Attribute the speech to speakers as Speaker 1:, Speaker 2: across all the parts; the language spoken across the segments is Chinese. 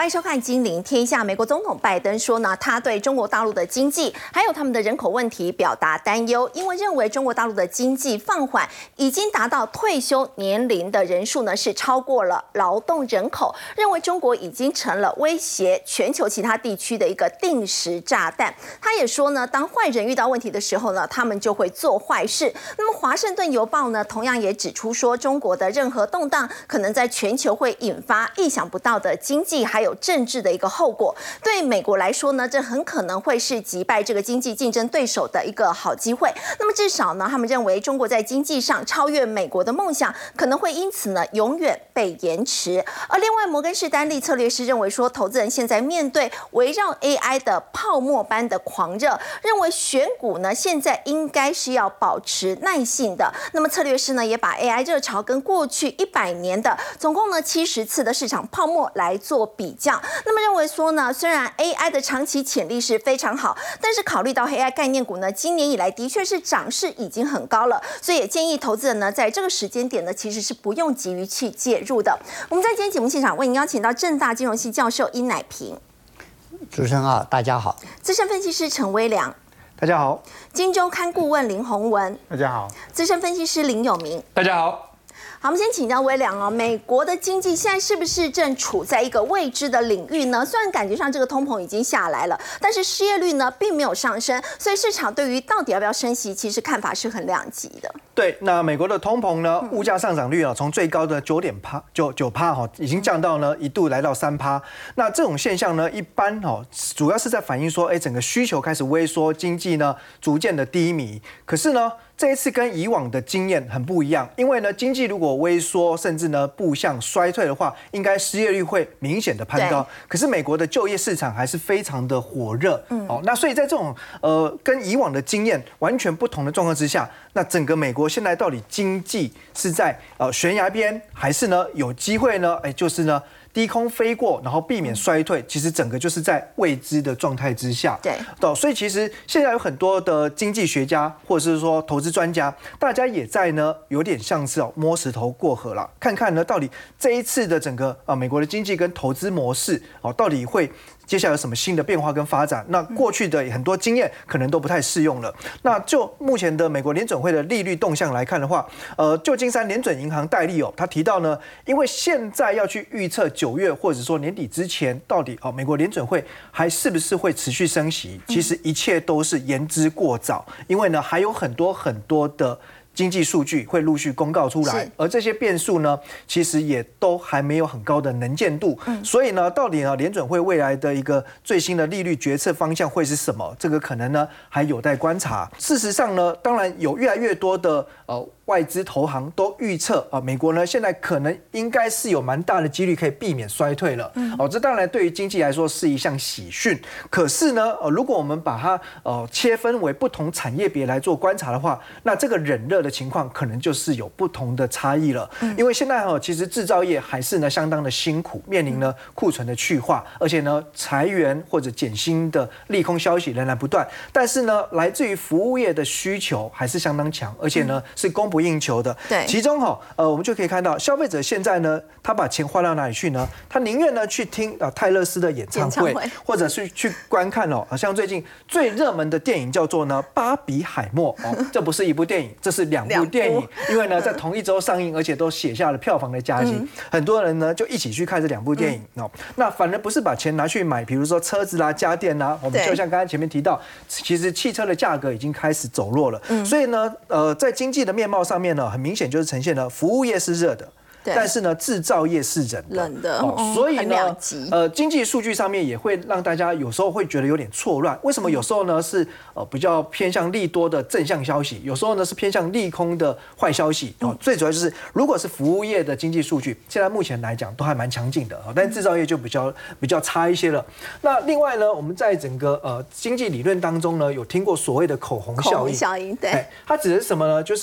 Speaker 1: 欢迎收看《金陵天下》。美国总统拜登说呢，他对中国大陆的经济还有他们的人口问题表达担忧，因为认为中国大陆的经济放缓已经达到退休年龄的人数呢是超过了劳动人口，认为中国已经成了威胁全球其他地区的一个定时炸弹。他也说呢，当坏人遇到问题的时候呢，他们就会做坏事。那么《华盛顿邮报》呢，同样也指出说，中国的任何动荡可能在全球会引发意想不到的经济还有政治的一个后果。对美国来说呢，这很可能会是击败这个经济竞争对手的一个好机会。那么至少呢，他们认为中国在经济上超越美国的梦想，可能会因此呢永远被延迟。而另外，摩根士丹利策略师认为说，投资人现在面对围绕 AI 的泡沫般的狂热，认为选股呢现在应该是要保持耐性的。那么策略师呢也把 AI 热潮跟过去100年的总共呢70次的市场泡沫来做比较。那么认为说呢，虽然 AI 的长期潜力是非常好，但是考虑到 AI 概念股呢今年以来的确是涨势已经很高了，所以也建议投资人呢在这个时间点呢其实是不用急于去介入的。我们在今天节目现场为您邀请到政大金融系教授殷乃平，
Speaker 2: 主持人好，大家好；
Speaker 1: 资深分析师陈威良，
Speaker 3: 大家好；
Speaker 1: 金周刊顾问林宏文，
Speaker 3: 大家好；
Speaker 1: 资深分析师林有明，
Speaker 3: 大家好。
Speaker 1: 好，我们先请教威良哦，美国的经济现在是不是正处在一个未知的领域呢？虽然感觉上这个通膨已经下来了，但是失业率呢并没有上升，所以市场对于到底要不要升息，其实看法是很两极的。
Speaker 3: 对，那美国的通膨呢，物价上涨率啊，从最高的9.9%哈，已经降到呢一度来到3%。那这种现象呢，一般哈，主要是在反映说，整个需求开始萎缩，经济呢逐渐的低迷。可是呢，这一次跟以往的经验很不一样，因为呢，经济如果萎缩，甚至呢步向衰退的话，应该失业率会明显的攀高。可是美国的就业市场还是非常的火热，那所以在这种跟以往的经验完全不同的状况之下，那整个美国现在到底经济是在悬崖边，还是呢有机会呢？就是呢低空飞过，然后避免衰退，其实整个就是在未知的状态之下。
Speaker 1: 对，
Speaker 3: 所以其实现在有很多的经济学家或者是说投资专家，大家也在呢有点像是摸石头过河了，看看呢到底这一次的整个美国的经济跟投资模式到底会接下来有什么新的变化跟发展？那过去的很多经验可能都不太适用了。那就目前的美国联准会的利率动向来看的话，旧金山联准银行戴利他提到呢，因为现在要去预测9月或者说年底之前，到底美国联准会还是不是会持续升息，其实一切都是言之过早，因为呢还有很多的经济数据会陆续公告出来，而这些变数呢，其实也都还没有很高的能见度。所以呢，到底呢联准会未来的一个最新的利率决策方向会是什么？这个可能呢还有待观察。事实上呢，当然有越来越多的外资投行都预测美国呢现在可能应该是有蛮大的几率可以避免衰退了。这当然对于经济来说是一项喜讯。可是呢，如果我们把它切分为不同产业别来做观察的话，那这个冷热的情况可能就是有不同的差异了。因为现在其实制造业还是呢相当的辛苦，面临呢库存的去化，而且呢裁员或者减薪的利空消息仍然不断。但是呢，来自于服务业的需求还是相当强，而且呢是供不应求的。
Speaker 1: 对，
Speaker 3: 其中我们就可以看到，消费者现在呢，他把钱花到哪里去呢？他宁愿呢去听泰勒斯的演唱会，或者是去观看像最近最热门的电影叫做呢《巴比海默》这不是一部电影，这是2部电影，因为呢在同一周上映，而且都写下了票房的佳绩。很多人呢就一起去看这2部电影那反而不是把钱拿去买，比如说车子啦、家电啦，我们就像刚才前面提到，其实汽车的价格已经开始走弱了。所以呢，在经济的面貌上面呢，很明显就是呈现了服务业是热的。但是呢，制造业是冷的，所以呢，经济数据上面也会让大家有时候会觉得有点错乱。为什么有时候呢是比较偏向利多的正向消息，有时候呢是偏向利空的坏消息？最主要就是如果是服务业的经济数据，现在目前来讲都还蛮强劲的，但制造业就比较差一些了。那另外呢，我们在整个经济理论当中呢，有听过所谓的口红效应。
Speaker 1: 对，
Speaker 3: 它指的是什么呢？就是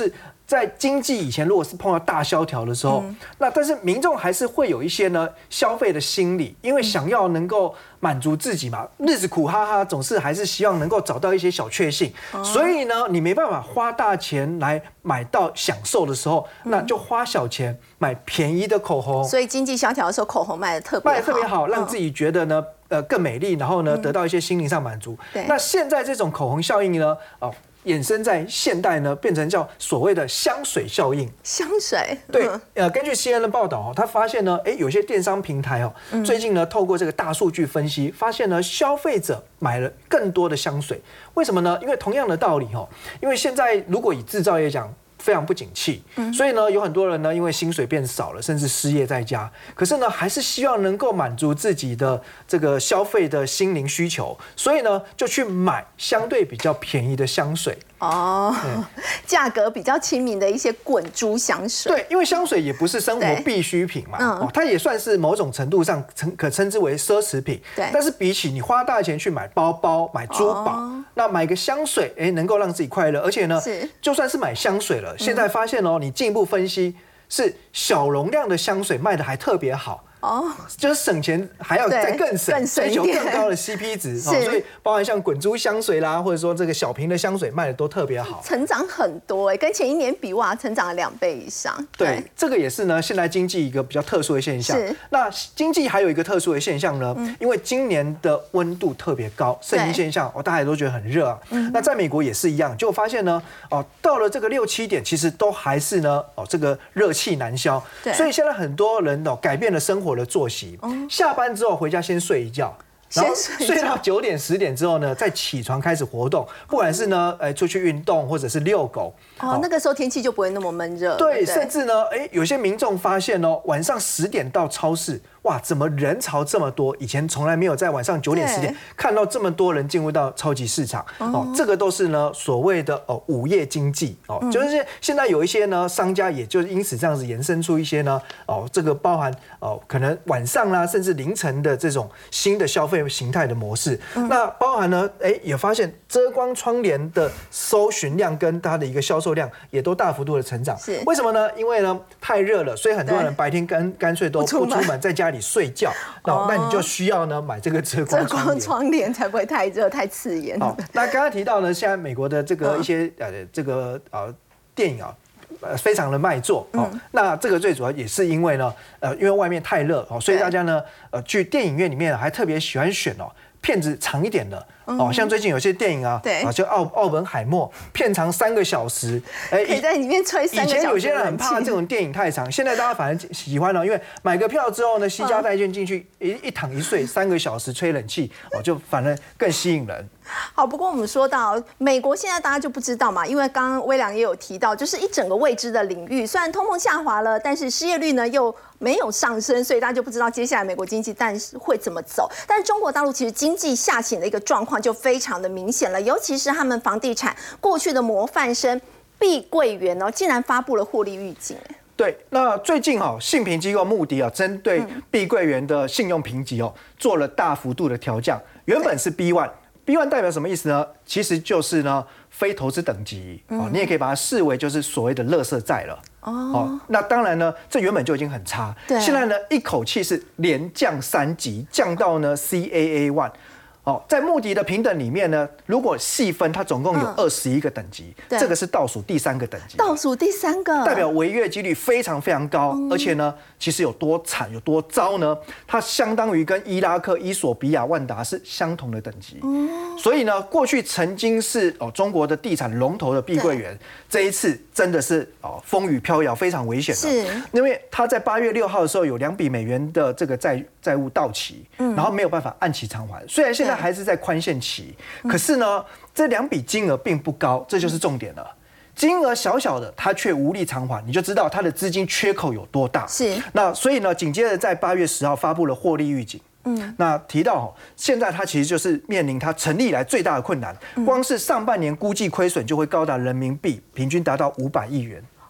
Speaker 3: 在经济以前如果是碰到大萧条的时候，那但是民众还是会有一些呢消费的心理，因为想要能够满足自己嘛，日子苦哈哈，总是还是希望能够找到一些小确幸，所以呢，你没办法花大钱来买到享受的时候，那就花小钱买便宜的口红。
Speaker 1: 所以经济萧条的时候，口红卖得特别好，
Speaker 3: 让自己觉得呢更美丽，然后呢得到一些心灵上满足。那现在这种口红效应呢，衍生在现代呢，变成叫所谓的香水效应。
Speaker 1: 香水，
Speaker 3: 对，根据 CNN 的报道他发现呢，有些电商平台最近呢，透过这个大数据分析，发现呢，消费者买了更多的香水。为什么呢？因为同样的道理因为现在如果以制造业讲，非常不景气，所以呢，有很多人呢，因为薪水变少了，甚至失业在家，可是呢，还是希望能够满足自己的这个消费的心灵需求，所以呢，就去买相对比较便宜的香水。
Speaker 1: 价格比较亲民的一些滚珠香水。
Speaker 3: 对，因为香水也不是生活必需品嘛，它也算是某种程度上可称之为奢侈品。
Speaker 1: 对，
Speaker 3: 但是比起你花大钱去买包包、买珠宝，那买个香水，能够让自己快乐，而且呢，就算是买香水了，现在发现你进一步分析，是小容量的香水卖的还特别好。就是省钱还要再更省，追求更高的 CP 值，所以包含像滚珠香水啦，或者说这个小瓶的香水卖的都特别好，
Speaker 1: 成长很多跟前一年比哇，成长了2倍以上。
Speaker 3: 对，这个也是呢，现在经济一个比较特殊的现象。那经济还有一个特殊的现象呢，因为今年的温度特别高，圣婴现象，大家也都觉得很热啊。那在美国也是一样，结果发现呢，到了这个6、7点，其实都还是呢，这个热气难消。所以现在很多人改变了生活的作息，下班之后回家先睡一觉，然后睡到9点10点之后呢，再起床开始活动，不管是呢出去运动或者是遛狗。
Speaker 1: 那个时候天气就不会那么闷热。
Speaker 3: 对，甚至呢，有些民众发现晚上10点到超市，哇，怎么人潮这么多？以前从来没有在晚上9点10点看到这么多人进入到超级市场。这个都是呢所谓的午夜经济。就是现在有一些呢商家，也就因此这样子延伸出一些呢这个包含可能晚上啦，甚至凌晨的这种新的消费形态的模式。那包含呢，也发现遮光窗帘的搜寻量跟它的一个销售量也都大幅度的成长。为什么呢？因为呢太热了，所以很多人白天干脆都不出门，在家里睡觉。那你就需要呢买这个遮光
Speaker 1: 窗帘，才不会太热太刺眼。
Speaker 3: 那刚刚提到呢，现在美国的这个一些这个电影非常的卖座。那这个最主要也是因为呢，因为外面太热，所以大家呢去电影院里面还特别喜欢选片子长一点的。像最近有些电影就奥本海默，片长3个小时，
Speaker 1: 可以在里面吹3个小时。
Speaker 3: 以前有些人很怕这种电影太长，现在大家反而喜欢因为买个票之后呢，惜家带眷进去一躺一睡3个小时吹冷气，就反而更吸引人。
Speaker 1: 好，不过我们说到美国现在大家就不知道嘛，因为刚刚威良也有提到，就是一整个未知的领域。虽然通膨下滑了，但是失业率呢又没有上升，所以大家就不知道接下来美国经济会怎么走。但是中国大陆其实经济下行的一个状况就非常的明显了，尤其是他们房地产过去的模范生碧桂园竟然发布了获利预警。
Speaker 3: 对，那最近信评机构穆迪针对碧桂园的信用评级做了大幅度的调降，原本是 B1。B1 代表什么意思呢？其实就是呢非投资等级你也可以把它视为就是所谓的垃圾债了。那当然呢，这原本就已经很差，现在呢一口气是连降3级，降到呢 CAA1。在穆迪的评等里面呢，如果细分，它总共有21个等级，这个是倒数第3个等级，
Speaker 1: 倒数第3个，
Speaker 3: 代表违约几率非常非常高，而且呢，其实有多惨有多糟呢？它相当于跟伊拉克、伊索比亚、万达是相同的等级。所以呢，过去曾经是中国的地产龙头的碧桂园，这一次真的是风雨飘摇，非常危险的。是，因为它在8月6号的时候有2笔美元的这个债务到期，然后没有办法按期偿还。虽然现在还是在宽限期，可是呢，这2笔金额并不高，这就是重点了。金额小小的，它却无力偿还，你就知道它的资金缺口有多大。是，那所以呢，紧接着在8月10号发布了获利预警。那提到现在它其实就是面临它成立以来最大的困难，光是上半年估计亏损就会高达人民币平均达到500亿元。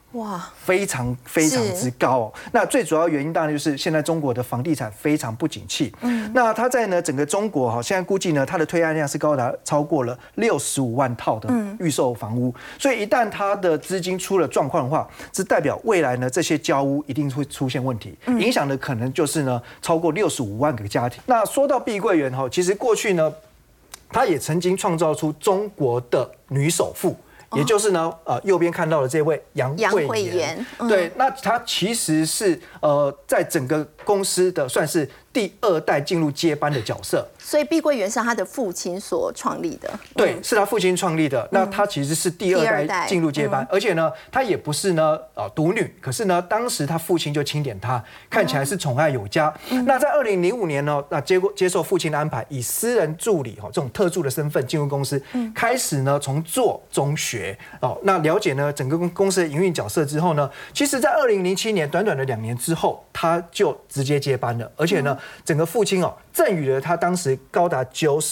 Speaker 1: 哇，
Speaker 3: 非常之高哦。那最主要原因当然就是现在中国的房地产非常不景气。那它在呢整个中国哈，现在估计呢它的推案量是高达超过了65万套的预售房屋，所以一旦它的资金出了状况的话，是代表未来呢这些交屋一定会出现问题，影响的可能就是呢超过65万个家庭。那说到碧桂园哈，其实过去呢，它也曾经创造出中国的女首富。也就是呢，右边看到的这位杨惠妍，对，那她其实是在整个公司的算是第2代进入接班的角色。
Speaker 1: 所以碧桂园是他的父亲所创立的，
Speaker 3: 对，是他父亲创立的。那他其实是第2代进入接班，而且呢，他也不是呢独女，可是呢，当时他父亲就钦点他，看起来是宠爱有加。那在2005年呢，那接受父亲的安排，以私人助理这种特助的身份进入公司，开始呢从做中学那了解呢整个公司的营运角色之后呢，其实在2007年短短的2年之后，他就直接接班了，而且呢，整个父亲赠予了他当时高达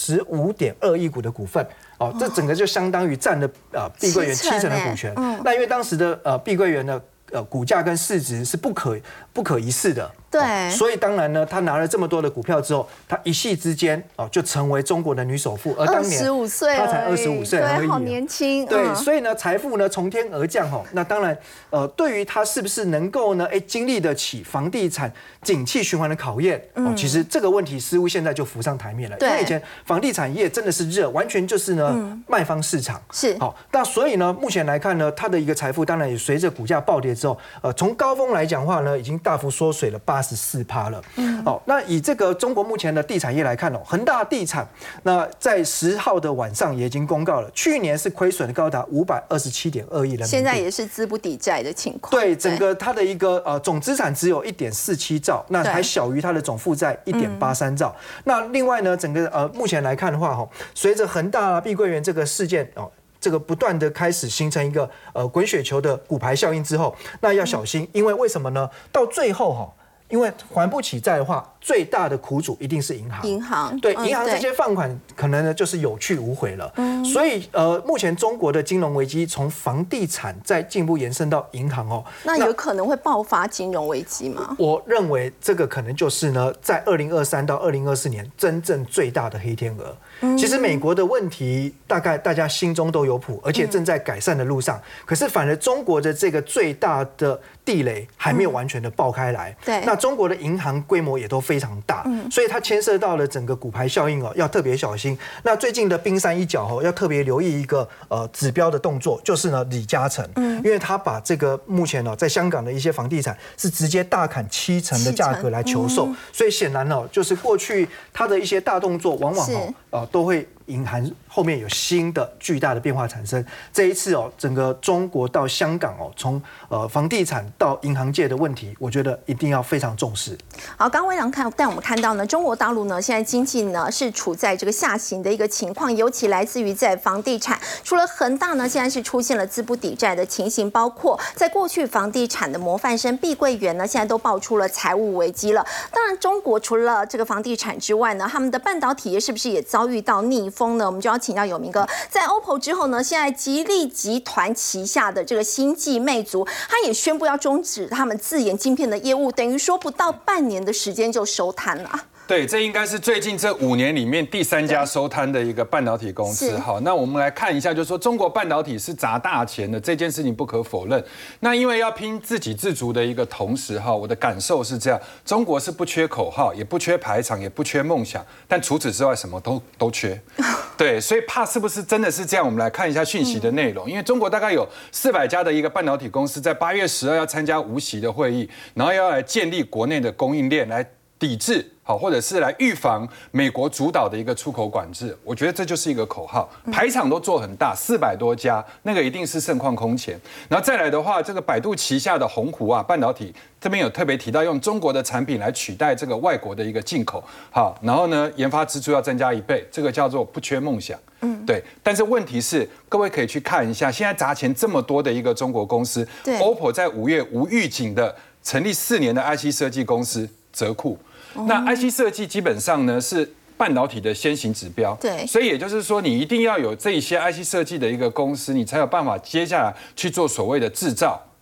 Speaker 3: 95.2亿股的股份。这整个就相当于占了碧桂园7成的股权。那因为当时的碧桂园的股价跟市值是不可一世的。
Speaker 1: 对，
Speaker 3: 所以当然呢，他拿了这么多的股票之后，他一夕之间就成为中国的女首富，而当年
Speaker 1: 25岁，
Speaker 3: 他才25岁而已，
Speaker 1: 好年轻。
Speaker 3: 对，所以呢，财富呢从天而降那当然，对于他是不是能够呢，经历得起房地产景气循环的考验其实这个问题似乎现在就浮上台面了。因为以前房地产业真的是热，完全就是呢卖方市场。
Speaker 1: 是
Speaker 3: 好，那所以呢，目前来看呢，他的一个财富当然也随着股价暴跌之后，从高峰来讲的话呢，已经大幅缩水了84%了。那以这个中国目前的地产业来看恒大地产那在10号的晚上也已经公告了，去年是亏损高达527.2亿人民币，
Speaker 1: 现在也是资不抵债的情况。
Speaker 3: 对，整个它的一个总资产只有1.47兆，那还小于它的总负债1.83兆。那另外呢，整个目前来看的话随着恒大碧桂园这个事件这个不断的开始形成一个滚雪球的骨牌效应之后，那要小心，因为为什么呢？到最后因为还不起债的话，最大的苦主一定是银行。对，银行这些放款可能呢就是有去无回了。所以目前中国的金融危机从房地产再进一步延伸到银行
Speaker 1: 那有可能会爆发金融危机吗？
Speaker 3: 我认为这个可能就是呢，在2023到2024年真正最大的黑天鹅。其实美国的问题大概大家心中都有谱，而且正在改善的路上。可是反而中国的这个最大的地雷还没有完全的爆开来。
Speaker 1: 对，
Speaker 3: 那中国的银行规模也都非常大，所以它牵涉到了整个骨牌效应要特别小心。那最近的冰山一角要特别留意一个指标的动作，就是呢李嘉诚，因为他把这个目前在香港的一些房地产是直接大砍7成的价格来求售，所以显然就是过去他的一些大动作往往都会隐含后面有新的巨大的变化产生。这一次整个中国到香港从房地产到银行界的问题，我觉得一定要非常重视。
Speaker 1: 好，刚刚魏良带我们看到呢，中国大陆呢现在经济呢是处在这个下行的一个情况，尤其来自于在房地产，除了恒大呢现在是出现了资不抵债的情形，包括在过去房地产的模范生碧桂园呢现在都爆出了财务危机了。当然，中国除了这个房地产之外呢，他们的半导体业是不是也遭遇到逆风呢？我们就要请教有明哥，在 OPPO 之后呢，现在吉利集团旗下的这个星际魅族，它也宣布要终止他们自研晶片的业务，等于说不到半年的时间就收摊了。
Speaker 4: 对，这应该是最近这5年里面第3家收摊的一个半导体公司。好，那我们来看一下，就是说中国半导体是砸大钱的这件事情不可否认。那因为要拼自给自足的一个同时，我的感受是这样：中国是不缺口号，也不缺排场，也不缺梦想，但除此之外什么都缺。对，所以怕是不是真的是这样？我们来看一下讯息的内容。因为中国大概有400家的一个半导体公司在8月12要参加无锡的会议，然后要来建立国内的供应链，来抵制或者是来预防美国主导的一个出口管制。我觉得这就是一个口号，排场都做很大，400多家，那个一定是盛况空前。然后再来的话，这个百度旗下的鸿鹄半导体这边有特别提到，用中国的产品来取代这个外国的一个进口。好，然后呢，研发支出要增加1倍，这个叫做不缺梦想。对。但是问题是，各位可以去看一下，现在砸钱这么多的一个中国公司 ，OPPO 在5月无预警的成立4年的 IC 设计公司泽库。那 IC 设计基本上呢是半导体的先行指标，
Speaker 1: 对，
Speaker 4: 所以也就是说，你一定要有这一些 IC 设计的一个公司，你才有办法接下来去做所谓的制造。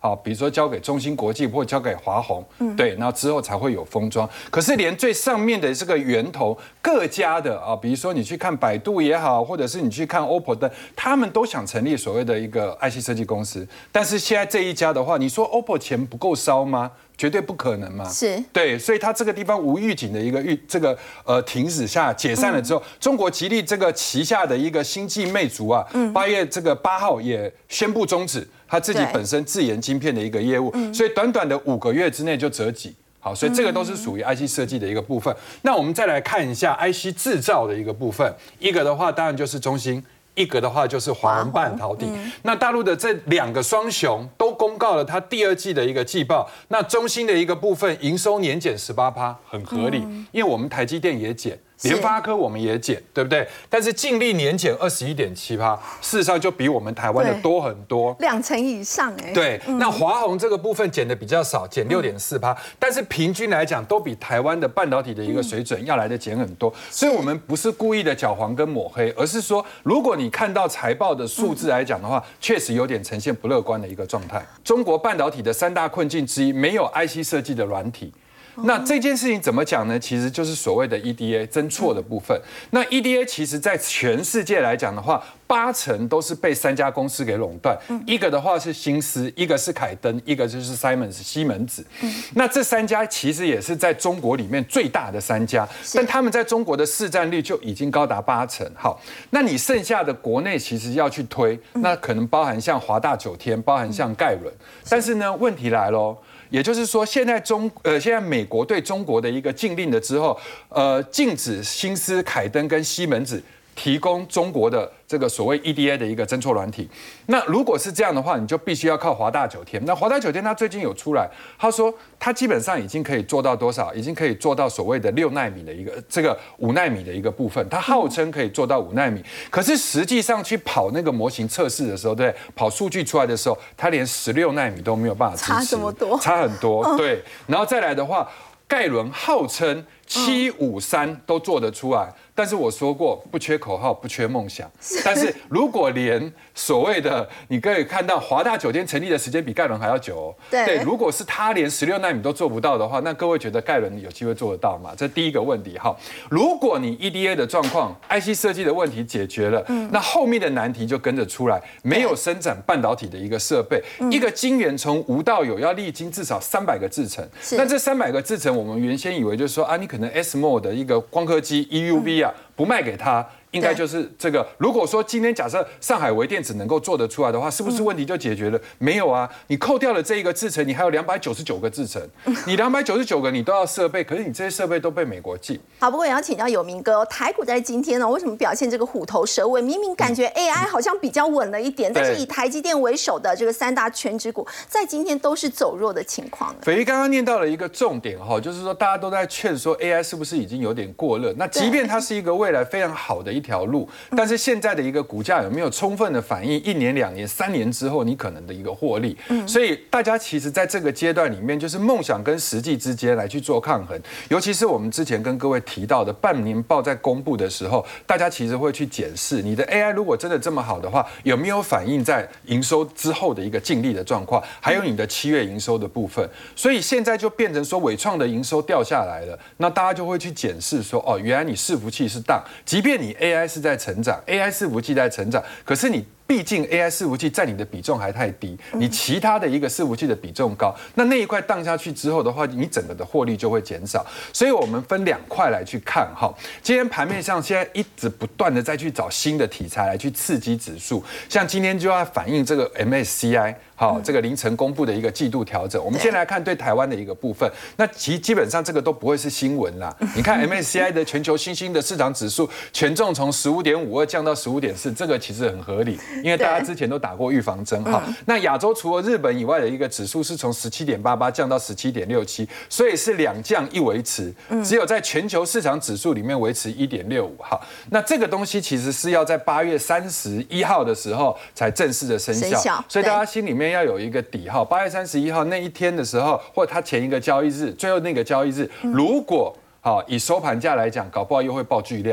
Speaker 4: 好，比如说交给中芯国际或交给华虹，对，然后之后才会有封装。可是连最上面的这个源头各家的啊，比如说你去看百度也好，或者是你去看 OPPO 的，他们都想成立所谓的一个 IC 设计公司。但是现在这一家的话，你说 OPPO 钱不够烧吗？绝对不可能嘛，
Speaker 1: 是
Speaker 4: 对，所以它这个地方无预警的一个停止下解散了之后，中国吉利这个旗下的一个星际魅族啊，8月8号也宣布终止他自己本身自研晶片的一个业务，所以短短的5个月之内就折戟。好，所以这个都是属于 IC 设计的一个部分。那我们再来看一下 IC 制造的一个部分，一个的话当然就是中芯。一个的话就是华虹半导体，那大陆的这2个双雄都公告了它第2季的一个季报，那中芯的一个部分营收年减18%，很合理，因为我们台积电也减。联发科我们也减，对不对？但是净利年减21.7%，事实上就比我们台湾的多很多
Speaker 1: ，2成以上哎。
Speaker 4: 对，那华虹这个部分减的比较少，减6.4%，但是平均来讲都比台湾的半导体的一个水准要来的减很多。所以我们不是故意的搅黄跟抹黑，而是说，如果你看到财报的数字来讲的话，确实有点呈现不乐观的一个状态。中国半导体的3大困境之一，没有 IC 设计的软体。那这件事情怎么讲呢？其实就是所谓的 EDA 针错的部分。那 EDA 其实在全世界来讲的话，80%都是被3家公司给垄断。一个的话是新思，一个是凯登，一个就是 Siemens 西门子。那这3家其实也是在中国里面最大的3家，但他们在中国的市占率就已经高达80%。好，那你剩下的国内其实要去推，那可能包含像华大9天，包含像盖伦。但是呢，问题来咯。也就是说，现在美国对中国的一个禁令了之后，禁止新思、凯登跟西门子提供中国的这个所谓 EDA 的一个针错软体。那如果是这样的话，你就必须要靠华大9天。那华大9天他最近有出来，他说他基本上已经可以做到多少？已经可以做到所谓的6奈米的一个这个5奈米的一个部分。他号称可以做到5奈米，可是实际上去跑那个模型测试的时候，对，跑数据出来的时候，他连16奈米都没有办法支持，
Speaker 1: 差这么多，
Speaker 4: 差很多。对，然后再来的话，盖伦号称753都做得出来。但是我说过，不缺口号，不缺梦想。但是如果连所谓的，你可以看到华大9天成立的时间比盖伦还要久哦。对，如果是他连16奈米都做不到的话，那各位觉得盖伦有机会做得到吗？这第一个问题。好，如果你 EDA 的状况、IC 设计的问题解决了，那后面的难题就跟着出来。没有生产半导体的一个设备，一个晶圆从无到有要历经至少300个制程。那这300个制程，我们原先以为就是说啊，你可能 SMO 的一个光刻机 EUV 啊。不卖给他，应该就是这个。如果说今天假设上海微电子能够做得出来的话，是不是问题就解决了？没有啊，你扣掉了这一个制程，你还有299个制程，你299个你都要设备，可是你这些设备都被美国禁。
Speaker 1: 好，不过也要请教有明哥，台股在今天呢，为什么表现这个虎头蛇尾？明明感觉 AI 好像比较稳了一点，但是以台积电为首的这个3大全指股，在今天都是走弱的情况。
Speaker 4: 斐瑜刚刚念到了一个重点哈，就是说大家都在劝说 AI 是不是已经有点过热？那即便它是一个未来非常好的一条路，但是现在的一个股价有没有充分的反映1年、2年、3年之后你可能的一个获利？所以大家其实在这个阶段里面，就是梦想跟实际之间来去做抗衡。尤其是我们之前跟各位提到的半年报在公布的时候，大家其实会去检视你的 AI 如果真的这么好的话，有没有反映在营收之后的一个净利的状况，还有你的7月营收的部分。所以现在就变成说伟创的营收掉下来了，那大家就会去检视说，哦，原来你伺服器是当，即便你 AI 是在成长 ，AI 伺服器在成长，可是你毕竟 AI 伺服器占你的比重还太低，你其他的一个伺服器的比重高，那一块荡下去之后的话，你整个的获利就会减少。所以我们分2块来去看哈。今天盘面上现在一直不断的再去找新的题材来去刺激指数，像今天就要反映这个 MSCI。好，这个凌晨公布的一个季度调整，我们先来看对台湾的一个部分。那基本上这个都不会是新闻啦。你看 MSCI 的全球新兴的市场指数权重从15.52降到15.4，这个其实很合理，因为大家之前都打过预防针。好，那亚洲除了日本以外的一个指数是从17.88降到17.67，所以是2降1维持，只有在全球市场指数里面维持1.65。好，那这个东西其实是要在8月31号的时候才正式的生效，所以大家心里面要有一个底号，8月31号那一天的时候，或者它前一个交易日，最后那个交易日，如果以收盘价来讲，搞不好又会爆巨量。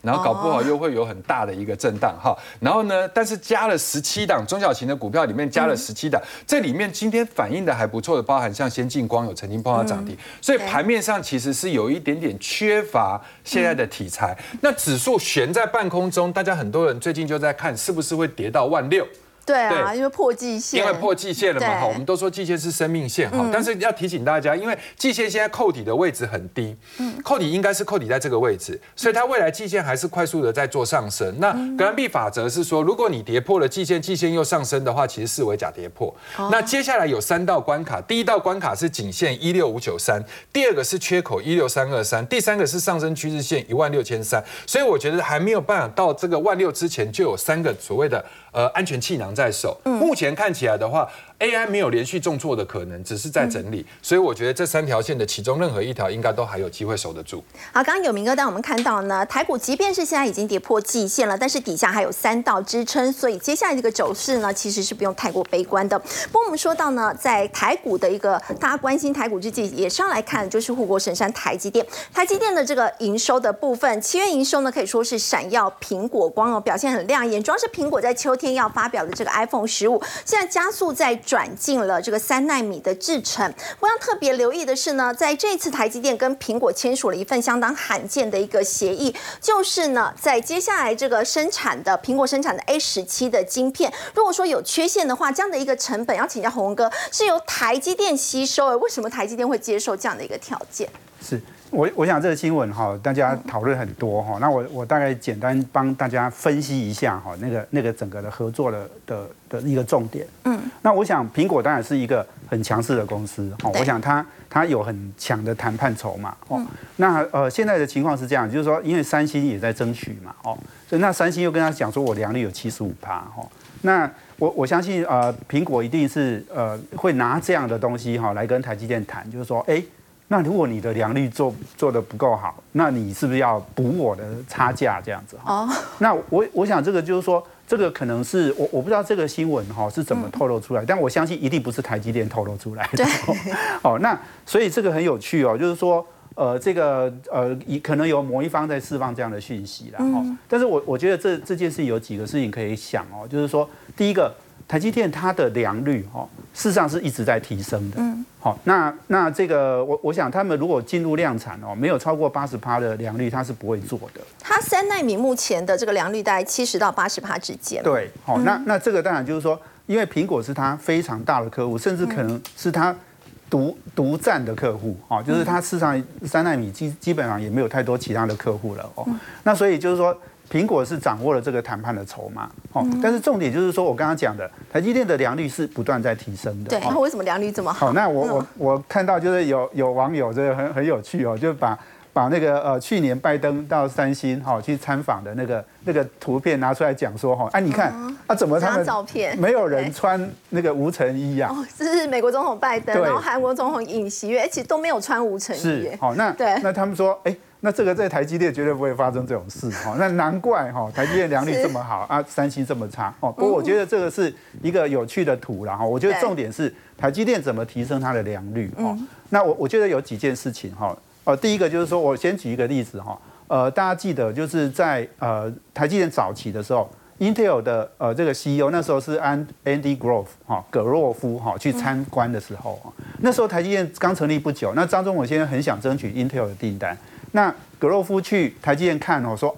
Speaker 4: 然后搞不好又会有很大的一个震荡哈。然后呢，但是加了17档中小型的股票里面加了17档，这里面今天反映的还不错的，包含像先进光有曾经碰到涨停，所以盘面上其实是有一点点缺乏现在的题材。那指数悬在半空中，大家很多人最近就在看是不是会跌到16000。
Speaker 1: 对啊，因为破季线，
Speaker 4: 因为破季线了嘛，哈，我们都说季线是生命线，哈，但是要提醒大家，因为季线现在扣底的位置很低，扣底应该是扣底在这个位置，所以它未来季线还是快速的在做上升。那格兰碧法则是说，如果你跌破了季线，季线又上升的话，其实视为假跌破。那接下来有3道关卡，第一道关卡是颈线16593，第二个是缺口16323，第三个是上升趋势线16300，所以我觉得还没有办法到这个16000之前，就有3个所谓的安全气囊在手。目前看起来的话 ，AI 没有连续重挫的可能，只是在整理，所以我觉得这3条线的其中任何一条应该都还有机会守得住。
Speaker 1: 好，刚刚有明哥带我们看到呢，台股即便是现在已经跌破季线了，但是底下还有3道支撑，所以接下来这个走势呢，其实是不用太过悲观的。不过我们说到呢，在台股的一个大家关心台股之际，也是要来看就是护国神山台积电。台积电的这个营收的部分，7月营收呢可以说是闪耀苹果光哦，表现很亮眼。主要是苹果在秋天要发表的这个 iPhone 15，现在加速在转进了这个3奈米的制程。我要特别留意的是呢，在这一次台积电跟苹果签署了一份相当罕见的一个协议，就是呢，在接下来这个生产的苹果生产的 A17的晶片，如果说有缺陷的话，这样的一个成本要请教洪文哥，是由台积电吸收。为什么台积电会接受这样的一个条件？
Speaker 2: 是我想这个新闻哈，大家讨论很多哈。那我大概简单帮大家分析一下哈，那个整个的合作的一个重点。那我想苹果当然是一个很强势的公司哈，我想它有很强的谈判筹码哦。那现在的情况是这样，就是说因为三星也在争取嘛哦，所以那三星又跟他讲说我良率有75%哈。那我相信苹果一定是会拿这样的东西哈来跟台积电谈，就是说那如果你的良率做得不够好，那你是不是要补我的差价这样子哈？那我想这个就是说，这个可能是我不知道这个新闻哈是怎么透露出来，但我相信一定不是台积电透露出来的。哦，那所以这个很有趣哦，就是说这个可能有某一方在释放这样的讯息啦。但是我觉得这件事有几个事情可以想哦，就是说第一个，台积电它的良率事实上是一直在提升的。好，那这个我想他们如果进入量产没有超过80%的良率，它是不会做的。
Speaker 1: 它3奈米目前的这个良率大概70%到80%之间。
Speaker 2: 对，好，那这个当然就是说，因为苹果是它非常大的客户，甚至可能是它独占的客户就是它市场3奈米基本上也没有太多其他的客户了那所以就是说。苹果是掌握了这个谈判的筹码，但是重点就是说，我刚刚讲的，台积电的良率是不断在提升的。
Speaker 1: 对，那为什么良率这么好？
Speaker 2: 好，那我看到就是有网友这个很有趣哦，就把那个去年拜登到三星去参访的那个图片拿出来讲说你看怎么他们
Speaker 1: 照片
Speaker 2: 没有人穿那个无尘衣啊？
Speaker 1: 这是美国总统拜登，然后韩国总统尹锡悦，其实都没有穿无尘衣。
Speaker 2: 是，好，那他们说，那这个在台积电绝对不会发生这种事那难怪台积电良率这么好三星这么差不过我觉得这个是一个有趣的图啦我觉得重点是台积电怎么提升它的良率那我觉得有几件事情第一个就是说我先举一个例子大家记得就是在台积电早期的时候。Intel 的这个 CEO 那时候是Andy Grove 葛洛夫去参观的时候那时候台积电刚成立不久，那张忠谋先生很想争取 Intel 的订单，那葛洛夫去台积电看说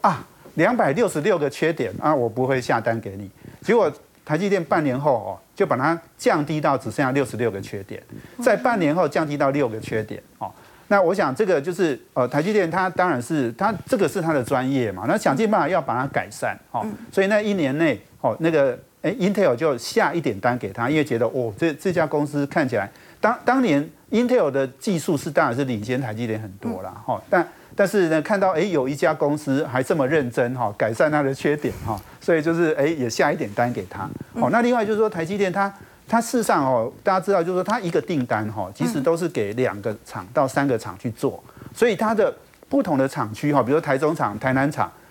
Speaker 2: 266个缺点我不会下单给你，结果台积电半年后就把它降低到只剩下66个缺点，在半年后降低到6个缺点那我想这个就是台积电它当然是它这个是它的专业嘛，那想尽办法要把它改善所以那1年内那个Intel 就下一点单给他，因为觉得这家公司看起来当年 Intel 的技术是当然是领先台积电很多啦但是呢看到有一家公司还这么认真改善它的缺点所以就是也下一点单给他那另外就是说台积电它事实上大家知道就是说它一个订单其实都是给2个厂到3个厂去做，所以它的不同的厂区比如说台中厂、台南厂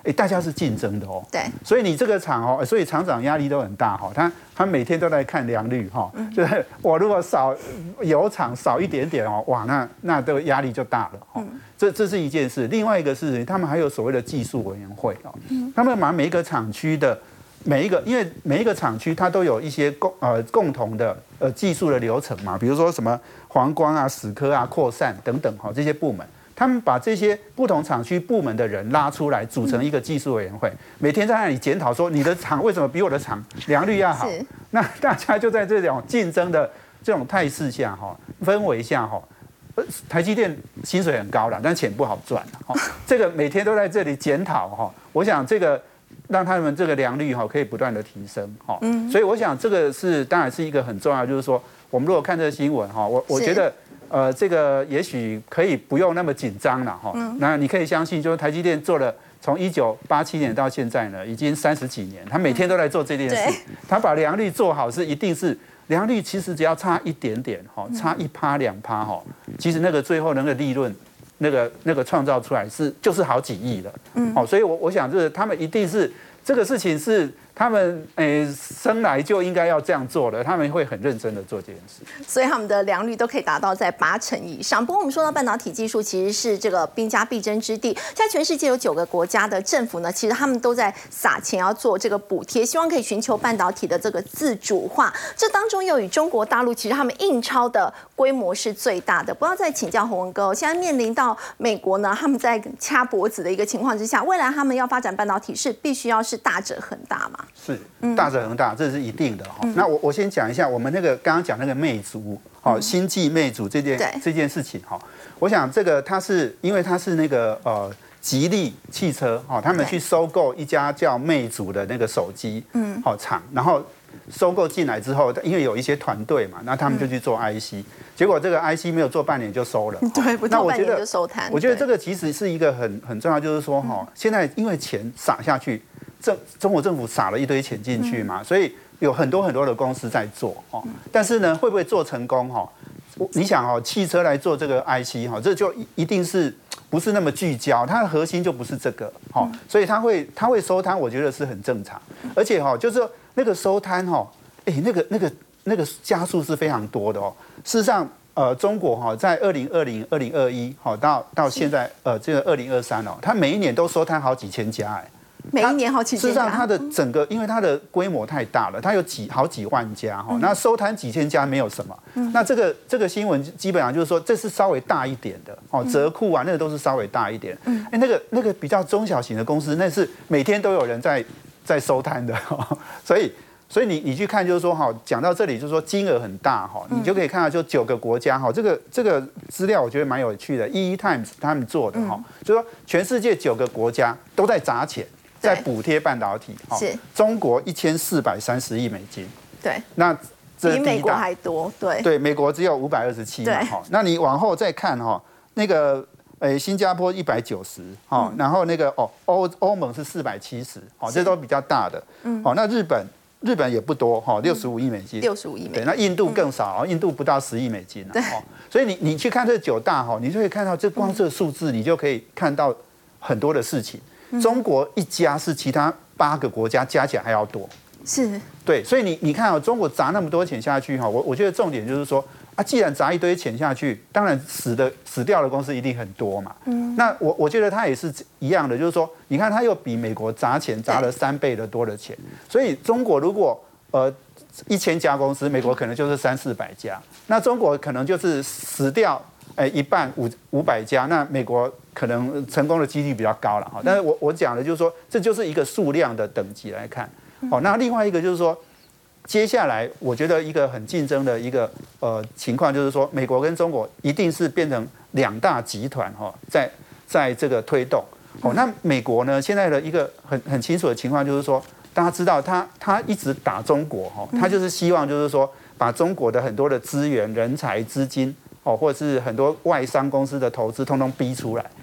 Speaker 2: 大家是竞争的哦。
Speaker 1: 对，
Speaker 2: 所以你这个厂哦，所以厂长压力都很大哈。他每天都在看良率哈，就是我如果油厂少一点点哦，哇，那这个压力就大了哈。这是一件事。另外一个是，他们还有所谓的技术委员会哦，他们把每一个厂区的因为每一个厂区它都有一些共同的技术的流程嘛，比如说什么黄光啊、死磕啊、扩散等等哈这些部门。他们把这些不同厂区部门的人拉出来，组成一个技术委员会，每天在那里检讨说你的厂为什么比我的厂良率要好。那大家就在这种竞争的这种态势下氛围下台积电薪水很高了，但钱不好赚这个每天都在这里检讨我想这个让他们这个良率可以不断的提升所以我想这个当然是一个很重要，就是说我们如果看这个新闻我觉得。这个也许可以不用那么紧张了那你可以相信，就是台积电做了从1987年到现在呢，已经30几年，他每天都在做这件事。他把良率做好一定是良率，其实只要差一点点差1%、2%其实那个最后那个利润，那个创造出来就是好几亿了。所以我想他们一定是这个事情是。他们生来就应该要这样做的，他们会很认真的做这件事，
Speaker 1: 所以他们的良率都可以达到在80%以上。不过我们说到半导体技术，其实是这个兵家必争之地。现在全世界有9个国家的政府呢，其实他们都在撒钱要做这个补贴，希望可以寻求半导体的这个自主化。这当中又与中国大陆，其实他们印钞的规模是最大的。不要再请教洪文哥，现在面临到美国呢，他们在掐脖子的一个情况之下，未来他们要发展半导体是必须要是大者恒大嘛？
Speaker 2: 是大者恒大，这是一定的那我先讲一下我们刚刚讲那个魅族星际魅族这件事情我想这个因为它是那个吉利汽车他们去收购一家叫魅族的那个手机厂，然后收购进来之后，因为有一些团队嘛，那他们就去做 IC，结果这个 IC 没有做半年就收了，
Speaker 1: 对，不做半年就收摊。
Speaker 2: 我觉得这个其实是一个很重要，就是说现在因为钱撒下去。中国政府撒了一堆钱进去嘛，所以有很多的公司在做但是呢，会不会做成功你想汽车来做这个 IC 这就一定是不是那么聚焦，它的核心就不是这个所以它会收摊，我觉得是很正常。而且就是说那个收摊那个加速是非常多的事实上中国在2020、2021到现在这个2023它每一年都收摊好几千家
Speaker 1: 每一年好几千家。
Speaker 2: 事实上，它的整个，因为它的规模太大了，它有好几万家那收摊几千家没有什么。那这个新闻基本上就是说，这是稍微大一点的折库啊，那个都是稍微大一点。那个比较中小型的公司，那是每天都有人在收摊的所以你去看，就是说讲到这里，就是说金额很大你就可以看到就9个国家这个资料我觉得蛮有趣的 ，EE Times 他们做的就是说全世界9个国家都在砸钱。在补贴半导体，中国1430亿美金，
Speaker 1: 对，
Speaker 2: 那
Speaker 1: 比美国还多，
Speaker 2: 对，美国只有527嘛，那你往后再看那个新加坡190，然后那个欧盟是470，这都比较大的，那日本也不多65亿美金
Speaker 1: ，65亿美金，
Speaker 2: 对，那印度更少，印度不到10亿美金所以你去看这9大你就可以看到这光这数字，你就可以看到很多的事情。中国一家是其他8个国家加起来还要多，
Speaker 1: 是
Speaker 2: 对，所以你看中国砸那么多钱下去我觉得重点就是说既然砸一堆钱下去，当然死掉的公司一定很多嘛。那我觉得它也是一样的，就是说，你看它又比美国砸钱砸了3倍的多的钱，所以中国如果1000家公司，美国可能就是300-400家，那中国可能就是死掉一半500家，那美国可能成功的几率比较高了但是我讲的就是说，这就是一个数量的等级来看那另外一个就是说，接下来我觉得一个很竞争的一个情况就是说，美国跟中国一定是变成2大集团在这个推动那美国呢现在的一个很清楚的情况就是说，大家知道他一直打中国他就是希望就是说把中国的很多的资源、人才、资金或者是很多外商公司的投资，通通逼出来。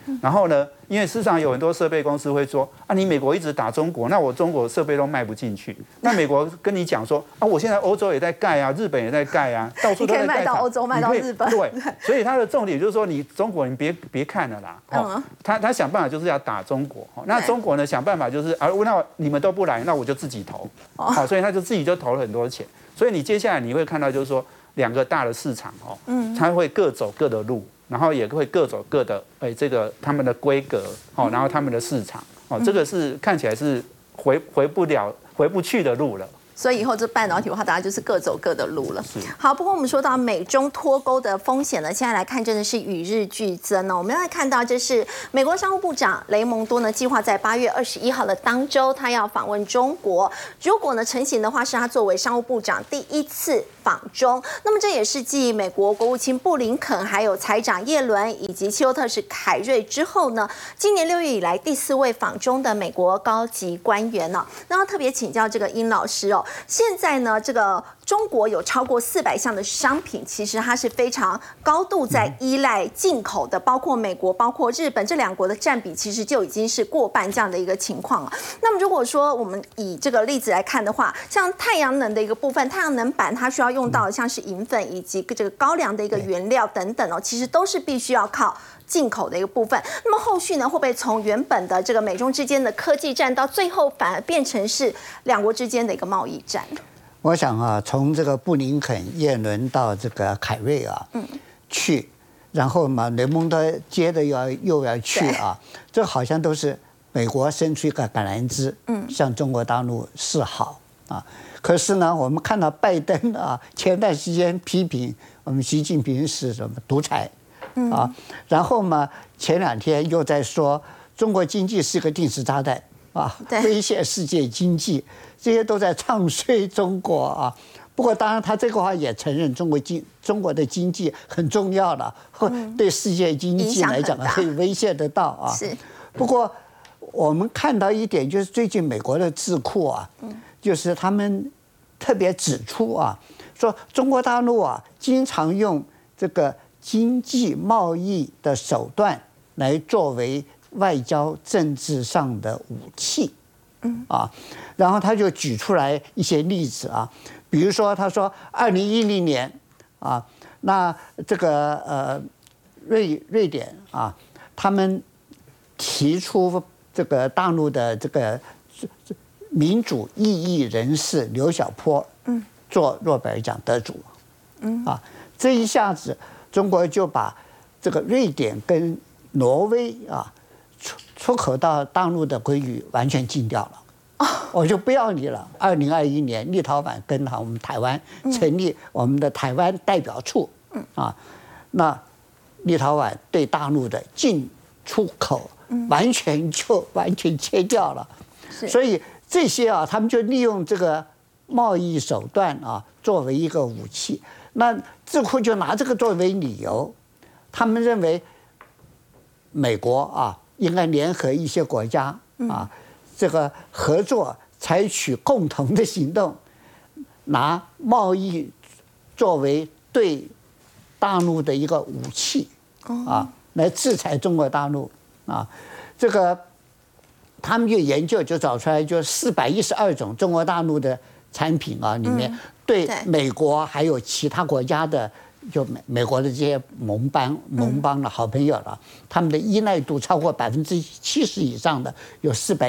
Speaker 2: 然后呢，因为市场有很多设备公司会说啊，你美国一直打中国，那我中国设备都卖不进去。那美国跟你讲说啊，我现在欧洲也在盖啊，日本也在盖啊，到处都在盖。
Speaker 1: 你可以卖到欧洲，卖到日本。
Speaker 2: 对，所以它的重点就是说，你中国你别看了啦。他想办法就是要打中国。那中国呢想办法就是啊，那你们都不来，那我就自己投。好，所以他就自己就投了很多钱。所以你接下来你会看到就是说2个大的市场它会各走各的路。然后也会各走各的，这个他们的规格，然后他们的市场，这个是看起来是回不去的路了。
Speaker 1: 所以以后这半导体的话，大家就是各走各的路了。好，不过我们说到美中脱钩的风险呢，现在来看真的是与日俱增呢。我们要来看到，这是美国商务部长雷蒙多呢，计划在8月21号的当周，他要访问中国。如果呢成行的话，是他作为商务部长第1次访中。那么这也是继美国国务卿布林肯、还有财长耶伦以及气候特使凯瑞之后呢，今年6月以来第4位访中的美国高级官员呢。那要特别请教这个殷老师哦。现在呢，这个中国有超过400项的商品，其实它是非常高度在依赖进口的，包括美国、包括日本这2国的占比，其实就已经是过半这样的一个情况了。那么如果说我们以这个例子来看的话，像太阳能的一个部分，太阳能板它需要用到像是银粉以及这个高粱的一个原料等等哦，其实都是必须要靠进口的一个部分。那么后续呢，会不会从原本的这个美中之间的科技战，到最后反而变成是2国之间的一个贸易战？
Speaker 5: 我想啊，从这个布林肯、耶伦到这个凯瑞啊，去，然后嘛，雷蒙多接着又要去啊，这好像都是美国伸出一个橄榄枝，向中国大陆示好啊。可是呢，我们看到拜登啊，前段时间批评我们习近平是什么独裁。然后嘛，前2天又在说中国经济是个定时炸弹啊，威胁世界经济，这些都在唱衰中国啊。不过当然他这个话也承认中国的经济很重要了，对世界经济来讲可以威胁得到啊。不过我们看到一点，就是最近美国的智库啊，就是他们特别指出啊，说中国大陆啊经常用这个经济贸易的手段来作为外交政治上的武器，然后他就举出来一些例子啊，比如说他说2010年啊，那这个瑞典啊，他们提出这个大陆的这个民主异议人士刘晓波，做诺贝尔奖得主，这一下子。中国就把这个瑞典跟挪威啊出口到大陆的规矩完全禁掉了，我就不要你了。2021年，立陶宛跟我们台湾成立我们的台湾代表处，那立陶宛对大陆的进出口完全切掉了，所以这些啊，他们就利用这个贸易手段啊作为一个武器。那智库就拿这个作为理由，他们认为美国啊应该联合一些国家啊，这个合作采取共同的行动，拿贸易作为对大陆的一个武器啊，来制裁中国大陆啊。这个他们就研究就找出来，就412种中国大陆的产品啊里面。对美国还有其他国家的，就美国的这些盟邦的好朋友了，他们的依赖度超过70%以上的有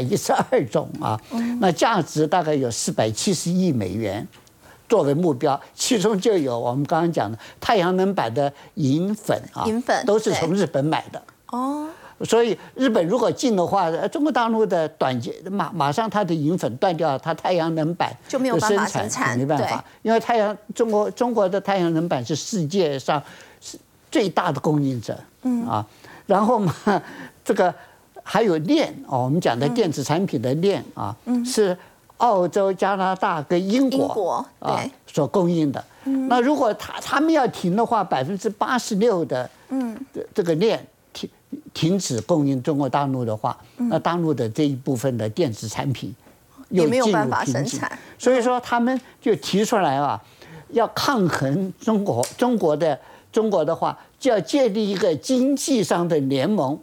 Speaker 5: 412种啊，那价值大概有470亿美元作为目标，其中就有我们刚刚讲的太阳能板的银粉啊，都是从日本买的。所以日本如果禁的话，中国大陆的马上它的银粉断掉，它太阳能板
Speaker 1: 就没有办法生产，
Speaker 5: 没办法，因为中国的太阳能板是世界上最大的供应者然后嘛，这个还有链我们讲的电子产品的链是澳洲、加拿大跟英国所供应的。那如果他们要停的话，86%的这个链停止供应中国大陆的话，那大陆的这一部分的电子产品又进入瓶颈，所以说他们就提出来要抗衡中国的话，就要建立一个经济上的联盟